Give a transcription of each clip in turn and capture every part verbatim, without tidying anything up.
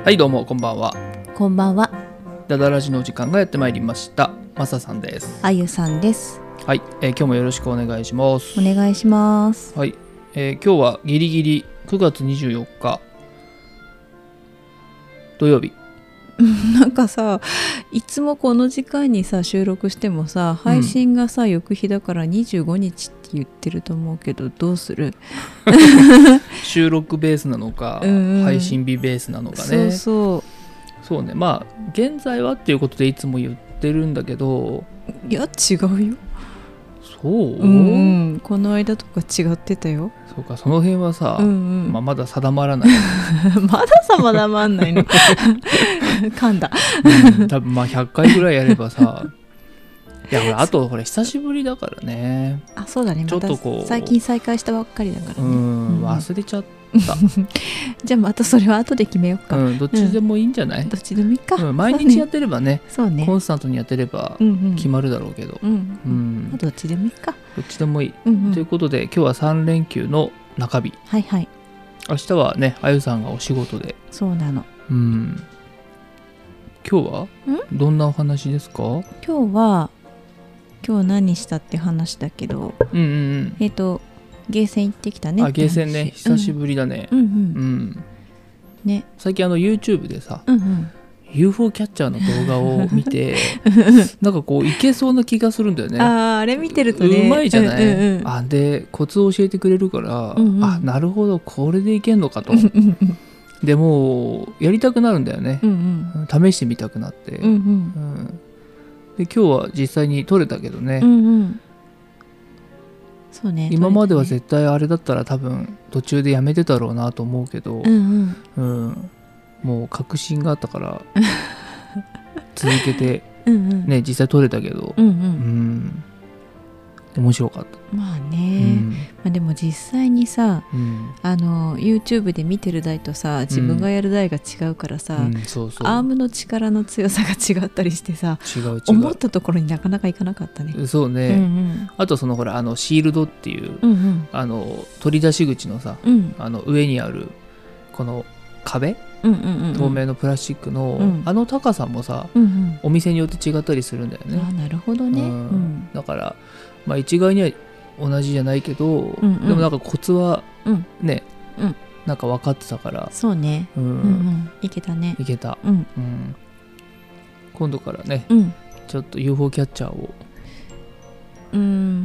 はいどうもこんばんは。 こんばんは。 ダダラジのお時間がやってまいりました。マサさんです。 あゆさんです。 はい、えー、今日もよろしくお願いします。 お願いします。 はい、えー、今日はギリギリくがつにじゅうよっか土曜日。 なんかさ、いつもこの時間にさ収録してもさ配信がさ、うん、翌日だからにじゅうごにちって言ってると思うけどどうする収録ベースなのか、うん、配信日ベースなのかね。 そうそうそうね。まあ現在はっていうことでいつも言ってるんだけど、 いや違うよ。 そう、うん、 この間とか違ってたよ。 そうか、その辺はさ、うんうん、まあ、まだ定まらないまだ定まんないの噛んだ、 うん、多分まあひゃっかいぐらいやればさいやほらあとこれ久しぶりだからね。 あ、そうだね。 ちょっとこう、 ま、最近再開したばっかりだからね。 うん、忘れちゃったじゃあまたそれは後で決めようか、 うん、どっちでもいいんじゃない、うん、 どっちでもいいか、 うん、毎日やってれば ね, そうねコンスタントにやってれば決まるだろうけど、うんうんうん、どっちでもいいか。 どっちでもいい、うんうん、ということで今日はさんれんきゅうの中日。 はいはい。 明日はねあゆさんがお仕事で。 そうなの。 うん。今日はどんなお話ですか？ 今日は今日何したって話だけど、 うんうんうん、 えっ、ー、とゲーセン行ってきたね。 あ、ゲーセンね、久しぶりだね。うん、うんうん、ね。最近あの YouTube でさ、うんうん、ユーフォー キャッチャーの動画を見てなんかこういけそうな気がするんだよね。 あ、あれ見てるとね、 うまいじゃない、うんうんうん、あでコツを教えてくれるから、うんうん、あ、なるほどこれでいけんのかとでもやりたくなるんだよね、うんうん、試してみたくなって、うんうんうん、で今日は実際に撮れたけどね、うんうん、 そうね、 今までは絶対あれだったら多分途中でやめてたろうなと思うけど、うんうんうん、もう確信があったから続けてうん、ね、実際撮れたけど、うんうんうん、面白かった。まあね、 うん、まあ、でも実際にさ、うん、あの YouTube で見てる台とさ自分がやる台が違うからさ、うんうん、そうそう、アームの力の強さが違ったりしてさ、違う違う思ったところになかなかいかなかったね。 そうね、うんうん、あとそのほらあのシールドっていう、うんうん、あの取り出し口のさ、うん、あの上にあるこの壁、うんうんうんうん、透明のプラスチックの、うん、あの高さもさ、うんうん、お店によって違ったりするんだよね。 あ、なるほどね、うんうん、 だからまあ一概には同じじゃないけど、うんうん、でもなんかコツはね、うん、なんか分かってたから。 そうね、うんうんうん、いけたね。 いけた、うんうん、今度からね、うん、ちょっと ユーフォー キャッチャーを。 うん、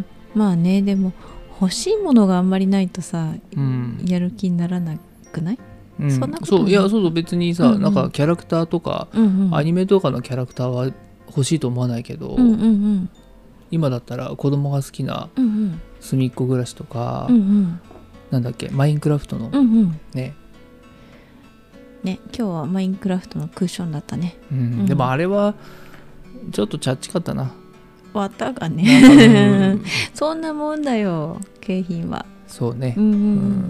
まあね、でも欲しいものがあんまりないとさ、うん、やる気にならなくない？ うん、そんなことない。そう、いや、そうそう、別にさ、うんうん、なんかキャラクターとか、うんうん、アニメとかのキャラクターは欲しいと思わないけど、うんうんうん、今だったら子供が好きなすみっこ暮らしとか、うんうん、なんだっけ、マインクラフトの、うんうん、ねね、今日はマインクラフトのクッションだったね、 うんうん、でもあれはちょっとチャッチかったな、 綿がね、うん、そんなもんだよ景品は。 そうね、うんうんうん、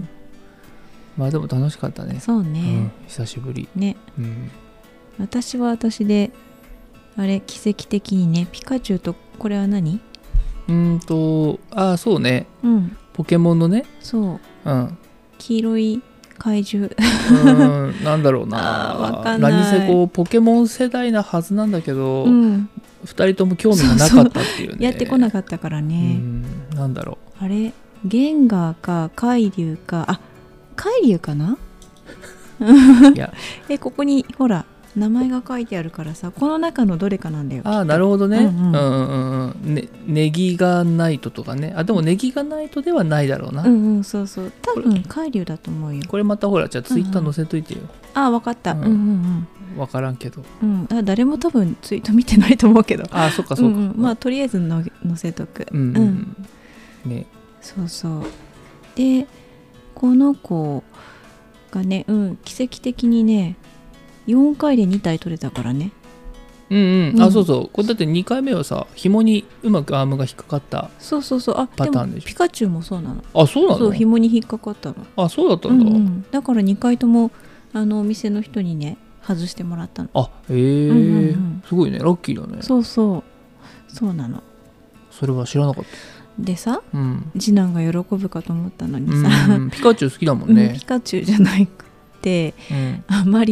まあでも楽しかったね。 そうね、うん、 久しぶりね、うん、私は私であれ奇跡的にね、ピカチュウとこれは何？ うんとあ、そうね、うん、ポケモンのね、 そう、うん、黄色い怪獣うん、なんだろうな、わかんない。何せこうポケモン世代なはずなんだけど、うん、ふたりとも興味がなかったっていうね。そうそう、 やってこなかったからね、 うん、なんだろう、あれゲンガーか海竜か、あ、海竜かな。いやえ、ここにほら名前が書いてあるからさ、この中のどれかなんだよ。 ああ、なるほどね、うんうんうんうん、ね、ネギガナイトとかね。あ、でもネギガナイトではないだろうな。 うんうん、そうそう、多分海竜だと思うよ。 これまたほら、じゃあツイッター載せといてよ、うんうん、 ああ、分かった、うんうんうん、分からんけど、 うん、あ、誰も多分ツイート見てないと思うけど、 ああ、そっかそっか、うんうん、 まあとりあえずの載せとく、うんうんうん、ね、そうそうで、この子がね、うん、奇跡的にねよんかいでにたい取れたからね。 うんうん、うん、あ、そうそう、これだってにかいめはさ、紐にうまくアームが引っかかったパターンでしょ。 そうそうそう、あ、でもピカチュウもそうなの。 あ、そうなの。 そう、紐に引っかかったの。 あ、そうだったんだ、うんうん、 だからにかいともあのお店の人にね外してもらったの。 あ、へえ、うんうんうん、すごいね、ラッキーだね。 そうそうそうなの。 それは知らなかった。 でさ、うん、次男が喜ぶかと思ったのにさ、 うん、ピカチュウ好きだもんね、 うん、ピカチュウじゃなくて、うん、あ、マリオの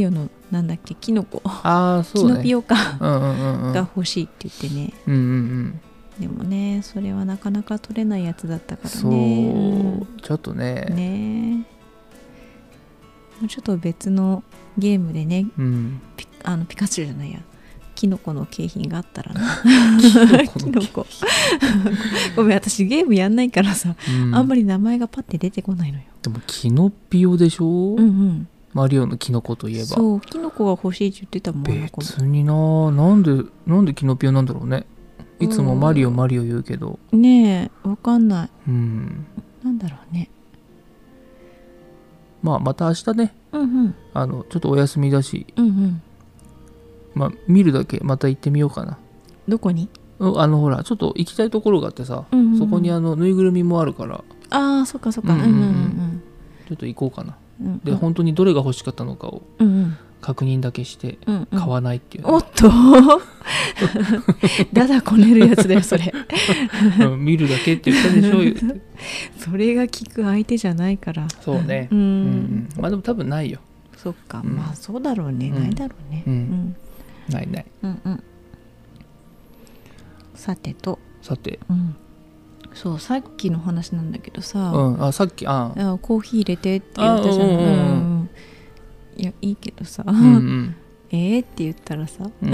なんだっけキノコあそう、ね、 キノピオか、 うんうんうんうん、 が欲しいって言ってね、 うんうんうん、 でもねそれはなかなか取れないやつだったからね。 そう、うん、ちょっとねねもうちょっと別のゲームでね、うん、ピ, あのピカチュウじゃないやキノコの景品があったらなキノコごめん私ゲームやんないからさ、うん、あんまり名前がパッて出てこないのよ。 でもキノピオでしょ、うんうん、マリオのキノコといえばそうキノコが欲しいって言ってたもん。 別にななんでなんでキノピオなんだろうね。いつもマリオマリオ言うけどねえわかんない、 うん、 なんだろうね。 まあまた明日ね、うんうん、あのちょっとお休みだし、うんうん、まあ見るだけまた行ってみようかな。 どこに？ あのほらちょっと行きたいところがあってさ、うんうんうん、そこにあのぬいぐるみもあるから。 ああそっかそっか、うんうんうんうん、 ちょっと行こうかな、うんうん、で本当にどれが欲しかったのかを確認だけして買わないっていう、ね、 うんうん、おっとだだこねるやつだよそれ見るだけって言ったでしょ言ってそれが聞く相手じゃないから。 そうね、うんうん、まあでも多分ないよ。 そっか、うん、まあそうだろうね、うん、ないだろうね、うんうん、 ないない、うんうん、 さてとさて、 うん、そうさっきの話なんだけどさ、 うん、あさっきああコーヒー入れてって言ったじゃん、うんうん、いやいいけどさ、うんうん、えーって言ったらさ、うん、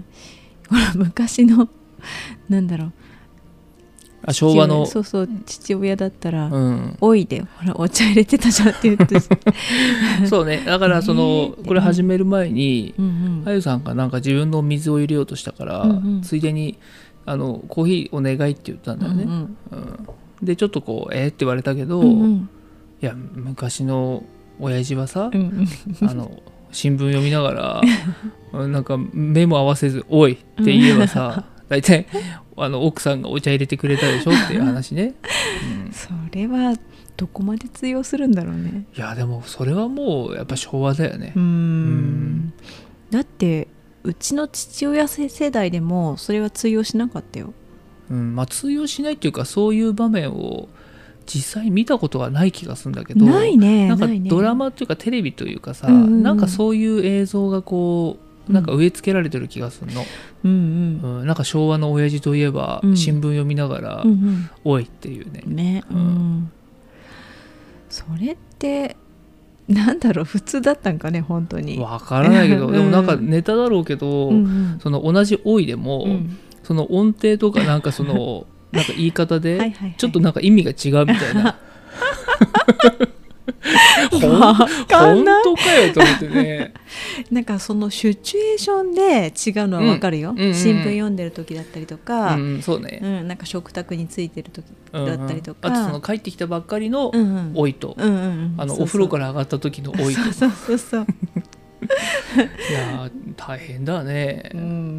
ほら昔のなんだろうあ昭和のそうそう父親だったら、うん、おいでほらお茶入れてたじゃんって言ってそうねだからその、これ始める前に、うんうん、あゆさんがなんか自分の水を入れようとしたから、うんうん、ついでにあのコーヒーお願いって言ったんだよね、うんうんうん、でちょっとこうえー、って言われたけど、うんうん、いや昔の親父はさ、うんうん、あの新聞読みながらなんか目も合わせずおいって言えばさ、うん、大体あの奥さんがお茶入れてくれたでしょっていう話ね、 うん、それはどこまで通用するんだろうね。 いやでもそれはもうやっぱ昭和だよね。 うーんうんだってうちの父親世代でもそれは通用しなかったよ、 うんまあ、通用しないっていうかそういう場面を実際見たことがない気がするんだけどないねなんかドラマっていうかテレビというかさ、うんうんうん、なんかそういう映像がこうなんか植え付けられてる気がするの、うんうんうん、なんか昭和の親父といえば、うん、新聞読みながら、うんうん、おいっていうね、 ね、うんうん、それってなんだろう普通だったんかね本当にわからないけど、うん、でもなんかネタだろうけど、うんうん、その同じおいでも、うん、その音程とかなんかそのなんか言い方でちょっとなんか意味が違うみたいなほん本当かよと思ってねなんかそのシチュエーションで違うのは分かるよ、うんうんうん、新聞読んでる時だったりとか、 うん、そうね、 うん、なんか食卓についてる時だったりとか、 うんうん、あとその帰ってきたばっかりの老いと、うんうん、あのお風呂から上がった時の老いとそうそうそういや大変だね、 うん、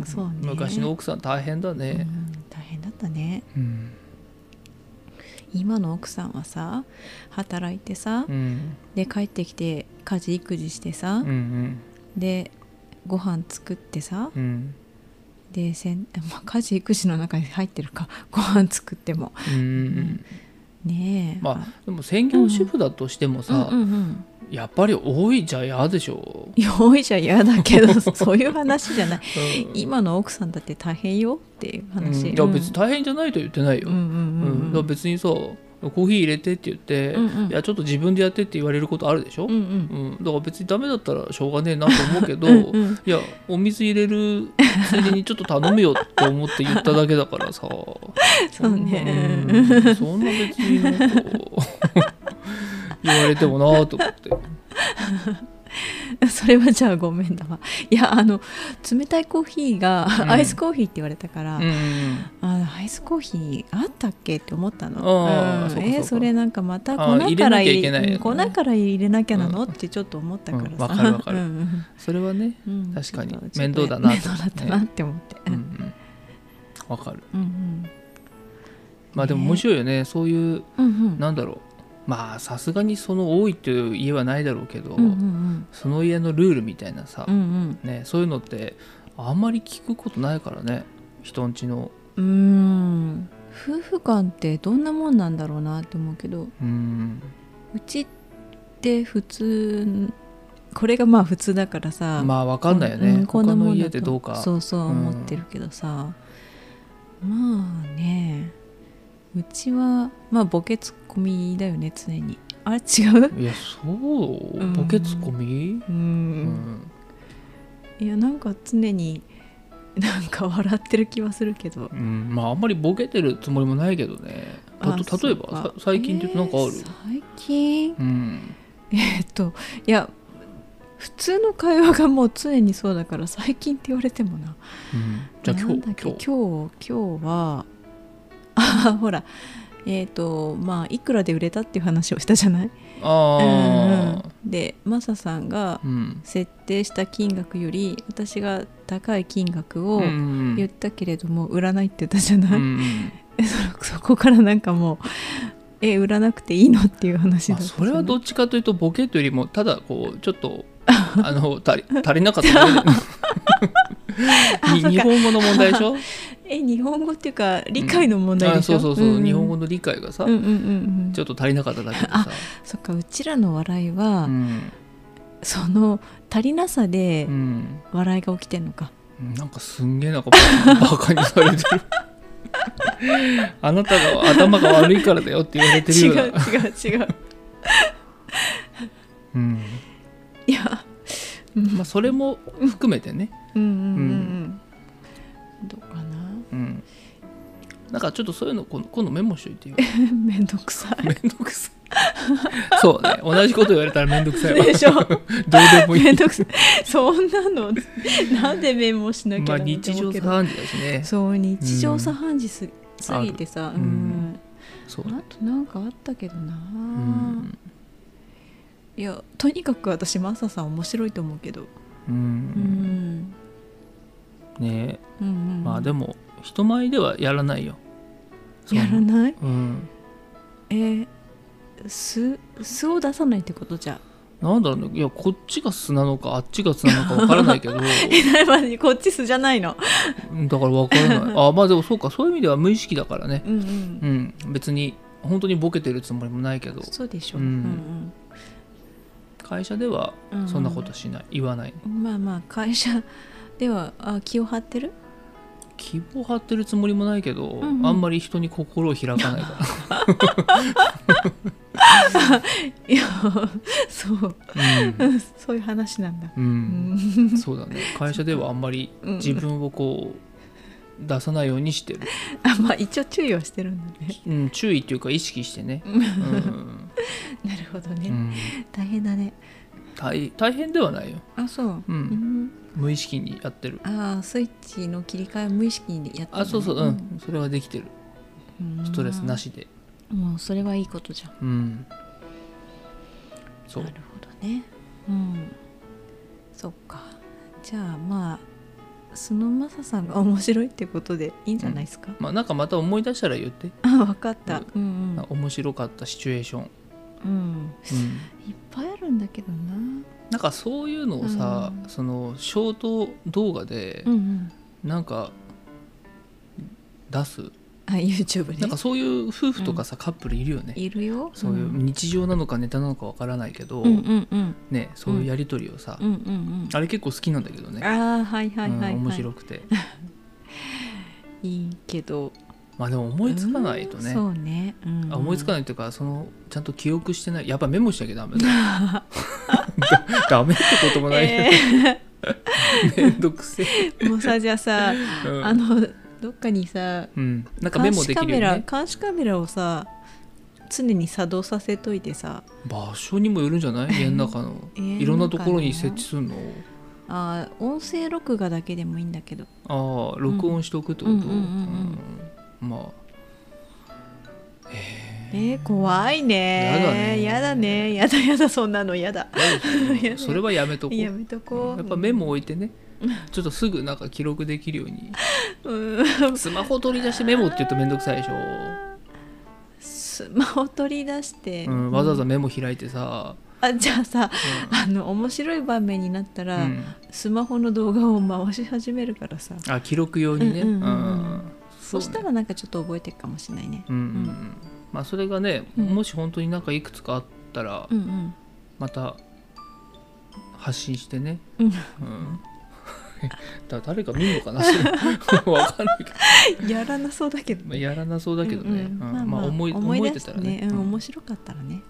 そうね昔の奥さん大変だね、 うん、大変だったね、 うん、 今の奥さんはさ働いてさ、うん、で帰ってきて家事育児してさ、うんうん、でご飯作ってさ、うん、でせん、まあ、家事育児の中に入ってるかご飯作っても、うんうん、ねえまあでも専業主婦だとしてもさ、うんうんうんうんやっぱり多いじゃ嫌でしょ。 多いじゃ嫌だけどそういう話じゃない、うん、今の奥さんだって大変よっていう話、うん、 いや別に大変じゃないと言ってないよ、うんうんうんうん、だから別にさコーヒー入れてって言って、うんうん、いやちょっと自分でやってって言われることあるでしょ、うんうんうん、だから別にダメだったらしょうがねえなと思うけどうん、うん、いやお水入れるついでにちょっと頼むよって思って言っただけだからさそうね、 うん、そんな別になんか言われてもなと思ってそれはじゃあごめんだわ。いやあの冷たいコーヒーが、うん、アイスコーヒーって言われたから、うんうん、あアイスコーヒーあったっけって思ったの、うん、そえー、それなんかまた粉から入れなきゃいけない、ね、粉から入れなきゃなの、うん、ってちょっと思ったからさ、 わ、うん、かるわかる、うん、それはね、うん、確かに面倒だな面倒だったなって思って、 うんうん、わかる、うんうん、まあでも面白いよね、そういう、うんうん、なんだろうまあさすがにその多いという家はないだろうけど、うんうんうん、その家のルールみたいなさ、うんうんね、そういうのってあんまり聞くことないからね人んちのうーん夫婦間ってどんなもんなんだろうなって思うけどうんうちって普通これがまあ普通だからさ、 まあわかんないよね、うん、こんなもん他の家でどうかそうそう思ってるけどさ、うん、まあねうちはまあボケツッコミだよね常に。あれ違う？ いやそう、うん、ボケツッコミ、うんうん、いやなんか常になんか笑ってる気はするけど、 うん、まああんまりボケてるつもりもないけどね。たと例えば最近って言うとなんかある？ えー、最近、 うん、 えー、っといや普通の会話がもう常にそうだから最近って言われてもな、 うん、じゃあ今日今日今日今日はあほらえーとまあ、いくらで売れたっていう話をしたじゃない？ あ、 うんうん、でマサさんが設定した金額より私が高い金額を言ったけれども、うんうん、売らないって言ったじゃない？うんうん、そ, そこからなんかもうえ売らなくていいのっていう話だった、 まあ、それはどっちかというとボケというよりもただこうちょっとあの足り、足りなかっただけで日本語の問題でしょ？ え日本語っていうか理解の問題でしょ、 うん、あそうそうそう、うんうん、日本語の理解がさ、うんうんうんうん、ちょっと足りなかっただけでさ。あそっかうちらの笑いは、うん、その足りなさで笑いが起きてんのか、 うん、なんかすんげえなんかバカにされてるあなたが頭が悪いからだよって言われてるような違う違う違う、 うん、 いや、 まあ、それも含めてね、 うんうんうんうん、どうかな、 うん、なんかちょっとそういうの今度メモしといてよめんどくさいめんどくさいそうね同じこと言われたらめんどくさいわでしょどうでもいいめんどくさいそんなのなんでメモしなきゃまあ日常茶飯事だしね。 そう日常茶飯事す、うん、すぎてさ、うんうん、 そうあとなんかあったけどな、うん、いやとにかく私マサさん面白いと思うけど、 うん、うん、ねえ、うんうん、まあでも人前ではやらないよ。 やらない、 うん、 えー、素素を出さないってことじゃなんだろうね、いやこっちが素なのかあっちが素なのか分からないけどえマジこっち素じゃないのだから分からないあまあでもそうかそういう意味では無意識だからね、うんうんうん、別に本当にボケてるつもりもないけどそうでしょ、 うんうんうん、 会社ではそんなことしない、うん、言わない。 まあまあ会社ではあ気を張ってる気を張ってるつもりもないけど、うんうん、あんまり人に心を開かないからいやそう、うん、そういう話なんだ、 うんうん、そうだね会社ではあんまり自分をこう出さないようにしてる、 うん、あまあ一応注意はしてるんだね、 うん、注意っていうか意識してね、うん、 なるほどね、うん、大変だね。 大, 大変ではないよ。 あそう、うんうん、無意識にやってる。 ああスイッチの切り替えを無意識にやってる、ね、 あそうそう、うんうん、それはできてる。ストレスなしでもうそれはいいことじゃん、 うん、そうなるほどね、うん、そっかじゃあまあそのマサさんが面白いってことでいいんじゃないですか、 うんまあ、なんかまた思い出したら言って。 あ分かった、うんうん、 面白かったシチュエーション、 うんうん、いっぱいあるんだけどな。 なんかそういうのをさ、うん、そのショート動画でなんか出す、うんうんあ YouTube でなんかそういう夫婦とかさ、うん、カップルいるよね。 いるよ。 そういう日常なのかネタなのかわからないけど、うんうんうん、ね、そういうやり取りをさ、うんうんうん、あれ結構好きなんだけどね。 あはいはいはい、はい、 うん、面白くていいけどまあでも思いつかないとね、 うん、そうね、うんうん、 思いつかないというかそのちゃんと記憶してないやっぱメモしなきゃダメだダメってこともない、えー、めんどくせえもうさじゃあさ、うん、あのどっかにさ、 うん、なんかメモできるよね。 監視カメラをさ常に作動させといてさ。 場所にもよるんじゃない？家の中のいろんなところに設置するの。 あ音声録画だけでもいいんだけど。 あ録音しておくってこと？まあえー、怖いね。やだね。やだね。やだやだそんなのやだ。 それはやめとこう。 やめとこう。 やっぱメモ置いてね。ちょっとすぐなんか記録できるようにスマホ取り出してメモって言うとめんどくさいでしょ。 スマホ取り出して、 うん、わざわざメモ開いてさ、 あじゃあさ、うん、あの面白い場面になったら、うん、スマホの動画を回し始めるからさあ記録用にね、うんうんうんうん、 そしたらなんかちょっと覚えてるかもしれないね、 うんうんうん、まあそれがね、うん、もし本当になんかいくつかあったら、うんうん、また発信してね、 うん、うんだ誰か見るのかなそれわかんないけどやらなそうだけど、 ね、やらなそうだけどね、うんうん、まあ、まあ、思い思い出したらね、 うん、面白かったらね、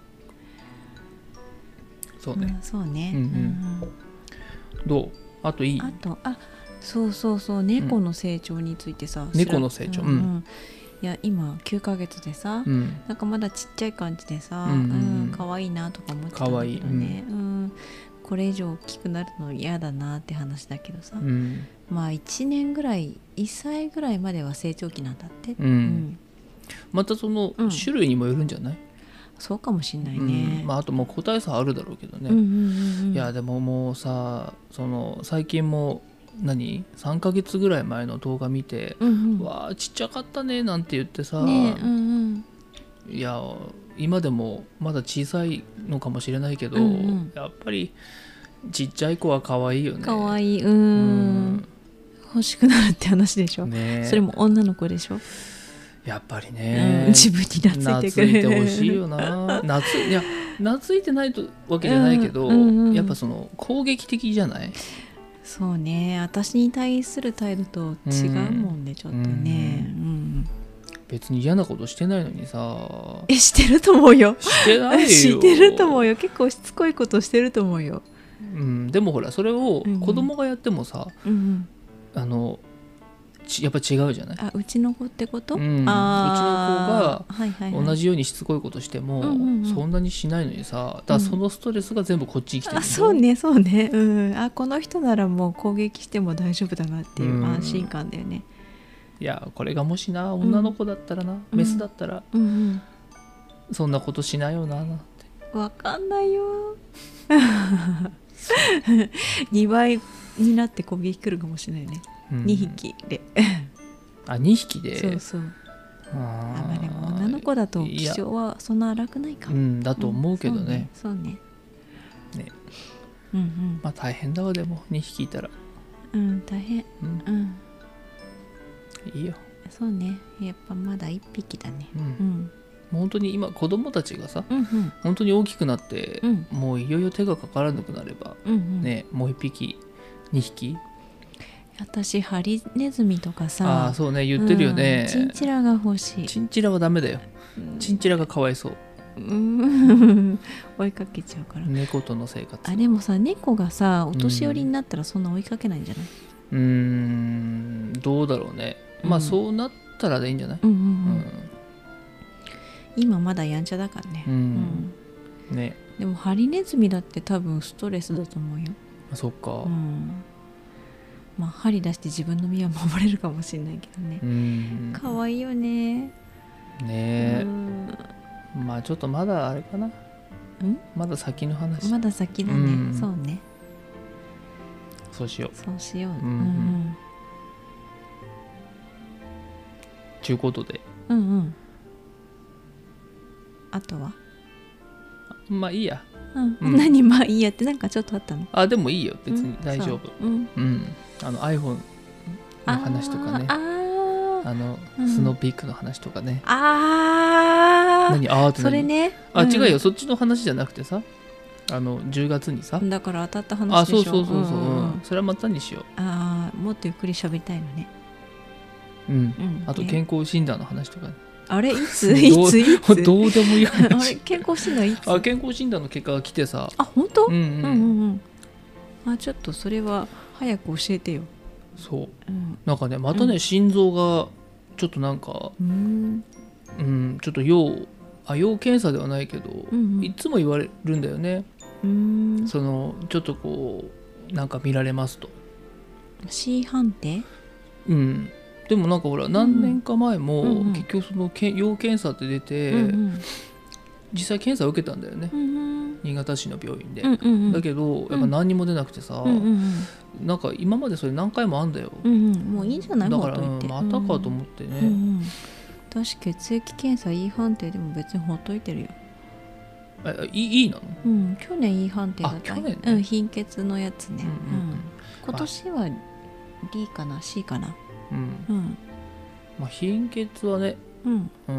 そうね、 うん、そうね、 うんうんうん、どうあといいあとあそうそうそう猫の成長についてさ、 うん、猫の成長、うん、うん、 いや今きゅうかげつでさ、うん、なんかまだちっちゃい感じでさ、うんうんうん、かわいいなとか思ってたんだけどね、うん、うん、これ以上大きくなるの嫌だなって話だけどさ、うん、まあいちねんぐらいいっさいぐらいまでは成長期なんだって、 うんうん、またその種類にもよるんじゃない、 そうかもしんないね、 うん、まあ、あともう個体差あるだろうけどね、うんうんうんうん、いやでももうさその最近も何さんかげつぐらい前の動画見て、うんうん、わあちっちゃかったねなんて言ってさ、ね、うんうん、いや今でもまだ小さいのかもしれないけど、うんうん、やっぱりちっちゃい子は可愛いよね。 可愛い、うん、うん、欲しくなるって話でしょ、ね、それも女の子でしょ、 やっぱりね、 うん、自分に懐いてくれる、 懐いてほしいよな懐いいや懐いてないとわけじゃないけど、うんうんうん、やっぱその攻撃的じゃない。 そうね、私に対する態度と違うもんね、うん、ちょっとね、うんうん、 別に嫌なことしてないのにさ。 えしてると思うよ。 してないよ。 してると思うよ。結構しつこいことしてると思うよ、 うん、でもほらそれを子供がやってもさ、うんうん、あのやっぱ違うじゃない。 あうちの子ってこと、うん、 あうちの子が同じようにしつこいことしても、はいはいはい、そんなにしないのにさ、だからそのストレスが全部こっちに来てる、うん、 あそうねそうね、うん、あこの人ならもう攻撃しても大丈夫だなっていう安心感だよね、 うん、いやこれがもしな女の子だったらな、うん、メスだったら、うんうん、そんなことしないよななんて分かんないよにばいになって攻撃来るかもしれないね、うん、にひきであにひきでそうそうあまあでも女の子だと気性はそんな荒くないかも、 うん、だと思うけどね、 うん、そうねそうね、 ね、うんうん、まあ大変だわでもにひきいたらうん大変、うん、 うん、いいよそうねやっぱまだいっぴきだね、うん、 うん本当に今子供たちがさ、うんうん、本当に大きくなって、うん、もういよいよ手がかからなくなれば、うんうん、ねもういっぴきにひき私ハリネズミとかさあそうね言ってるよね、 うん、チンチラが欲しい。 チンチラはダメだよ、うん、チンチラがかわいそう、 うん、追いかけちゃうから猫との生活あでもさ猫がさお年寄りになったらそんな追いかけないんじゃない、 うん、うーんどうだろうね、うん、まあそうなったらでいいんじゃない、うんうんうんうん、 今まだやんちゃだからね、うんうん、ねでもハリネズミだって多分ストレスだと思うよ。 あそっか、うんまあ、針出して自分の身は守れるかもしれないけどね、うん、かわいいよねねえ、うん、まあちょっとまだあれかな、んまだ先の話まだ先だね、うん、そうねそうしようそうしよう、うんうん、 ちゅうことでうんうんあとはまあいいや、 うんうん、何まあいいやってなんかちょっとあったのあでもいいよ別に大丈夫、うんうん、あの iPhone の話とかね あ, あの、うん、スノーピークの話とかねあ何あーって何それね、 あ違うよ、うん、そっちの話じゃなくてさあのじゅうがつにさだから当たった話でしょあそうそうそうそう、うんうん、それはまたにしようああもっとゆっくり喋りたいのねうん、うん、あと健康診断の話とかねあれいついついつどうでもいい話あれ健康診断いつあ健康診断の結果が来てさあ本当、うんうんうんうんあちょっとそれは早く教えてよそう、うん、なんかねまたね、うん、心臓がちょっとなんかうん、うん、ちょっと要あ要検査ではないけど、うんうん、いつも言われるんだよねうんそのちょっとこうなんか見られますと C 判定うんでもなんかほら何年か前も結局その要検査って出て、うんうん、実際検査を受けたんだよね、うんうん、新潟市の病院で、うんうんうん、だけどやっぱ何にも出なくてさ、うんうんうん、なんか今までそれ何回もあんだよ、 うんうん、もういいんじゃないだから、うん、またかと思ってね、うんうん、 私血液検査 E 判定でも別にほっといてるよえ E なの、 うん、去年 E 判定だった去年、ねうん、貧血のやつね、うんうんうん、今年は D かな C かなうんうんまあ、貧血はね、うんうん、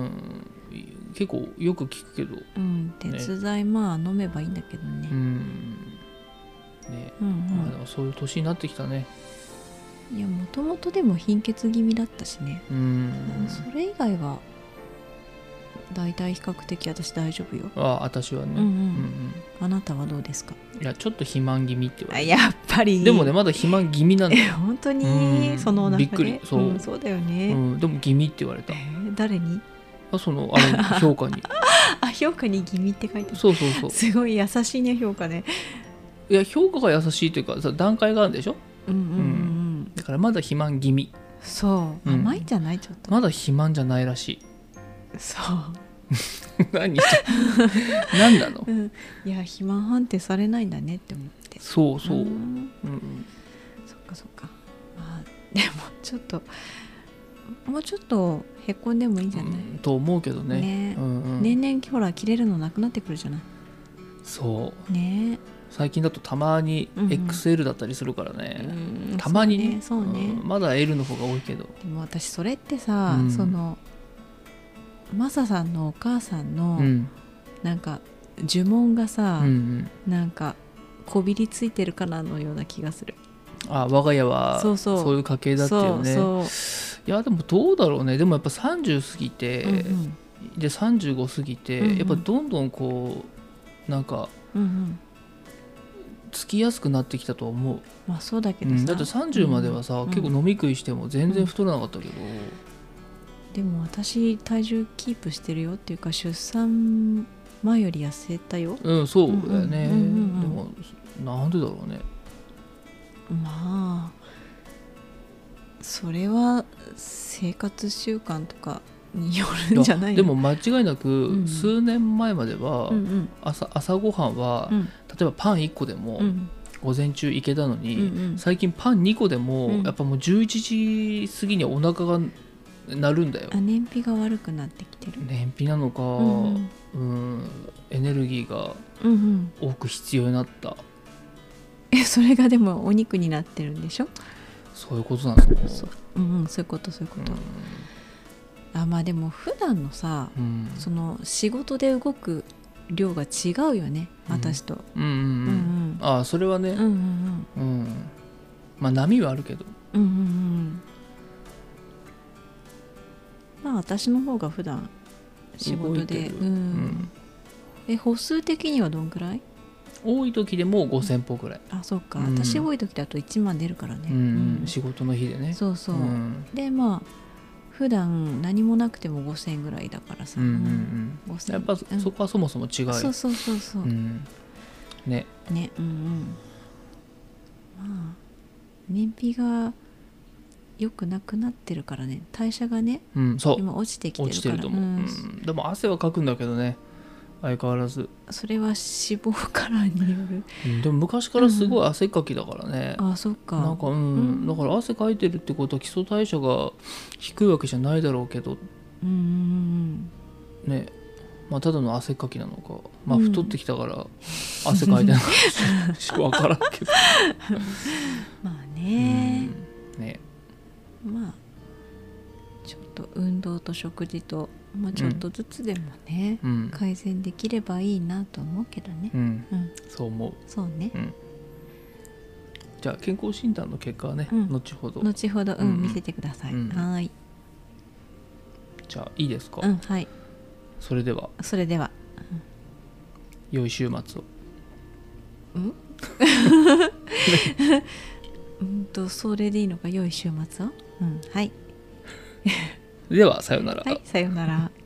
結構よく聞くけど、 うん、鉄剤、ね、まあ飲めばいいんだけどね、うん、 ね、うんうん、まあ、でもそういう年になってきたね。 いやもともとでも貧血気味だったしね。うん、それ以外はだいたい比較的私大丈夫よ。 ああ、私はね、うんうんうん、 あなたはどうですか？ いやちょっと肥満気味って言われて。 やっぱり。 でもねまだ肥満気味なんだよ。 本当に、うん、その中でびっくり。そう、うん、 そうだよね、 うん、でも気味って言われた。 えー、誰に？ あ、そのあれ評価にあ、評価に気味って書いてある。 そうそうそう、 すごい優しいね評価ね。 いや評価が優しいというか段階があるんでしょ。 うんうんうん、うん、 だからまだ肥満気味。 そう、うん、甘いんじゃない？ちょっとまだ肥満じゃないらしい。 そう何何なの、 うん、いや肥満判定されないんだねって思って。 そうそう、うん、うんうん、そっかそっか。まあでもちょっともうちょっとへこんでもいいんじゃない、うん、 と思うけどね。ね、うんうん、 年々ほら切れるのなくなってくるじゃない。 そうね、 最近だとたまに エックスエル だったりするからね、うんうん、たまにね、 そうね、そうね、 うん、まだ エル の方が多いけど。 でも私それってさ、うん、そのマサさんのお母さんの、うん、なんか呪文がさ、うんうん、なんかこびりついてるかなのような気がする。 あ、我が家はそうそうそういう家系だってよね。そうそう、いやでもどうだろうね。でもやっぱさんじゅう過ぎて、うんうん、でさんじゅうご過ぎて、うんうん、やっぱどんどんこうなんか、うんうん、つきやすくなってきたと思う。 まあそうだけどさ、うん、 だってさんじゅうまではさ、うん、結構飲み食いしても全然太らなかったけど、うん、 でも私体重キープしてるよっていうか出産前より痩せたよ。 うん、そうだよね、うんうんうんうん、でもなんでだろうね。 まあそれは生活習慣とかによるんじゃないの。 でも間違いなく、うん、数年前までは、うんうん、朝, 朝ごはんは、うん、例えばパンいっこでも、うん、午前中いけたのに、うんうん、最近パンにこでも、うん、やっぱもうじゅういちじ過ぎにお腹が鳴るんだよ。 あ、燃費が悪くなってきてる。 燃費なのか、うんうん、エネルギーが多く必要になった、うんうん、 え、それがでもお肉になってるんでしょ。 そういうことなの。 そう、うんうん、そういうことそういうこと、うん、あ、まあでも普段のさ、うん、その仕事で動く量が違うよね、うん、私と。うんうんうん、うんうん、 ああ、それはね、うんうんうん、まあ波はあるけど、うんうんうん、 まあ私の方が普段仕事で、うんうん、え、歩数的にはどんくらい？ 多い時でもごせん歩ぐらい。 あ、そうか、うん、私多い時だといちまん出るからね、うんうん、仕事の日でね。 そうそう、うん、でまあ普段何もなくてもごせんぐらいだからさ、うんうんうん、 ごせんやっぱそこはそもそも違うよ、うん、 そうそうそうそう、うん、 ねね、うんうん、まあ燃費が良くなくなってるからね、代謝がね、うん、そう今落ちてきてるから。落ちてると思う、うんうん、 でも汗はかくんだけどね、相変わらず。 それは脂肪からによる、 うん、でも昔からすごい汗かきだからね、 うん、あ、そっか、 なんか、うんうん、だから汗かいてるってことは基礎代謝が低いわけじゃないだろうけど、うん、ね、まあ、ただの汗かきなのか、まあ、太ってきたから汗かいてるのか分からんけどまあね、 うん、ね、 まあちょっと運動と食事と、まあ、ちょっとずつでもね、うん、改善できればいいなと思うけどね、 うんうん、そう思う。 そうね、うん、 じゃあ健康診断の結果はね、うん、後ほど後ほど、うんうん、見せてください、うん、はい。 じゃあいいですか、 うん、はい。 それではそれでは、 うん、良い週末を。 うんうんとそれでいいのか、良い週末を、うん、はいではさよなら。 はい、さよなら。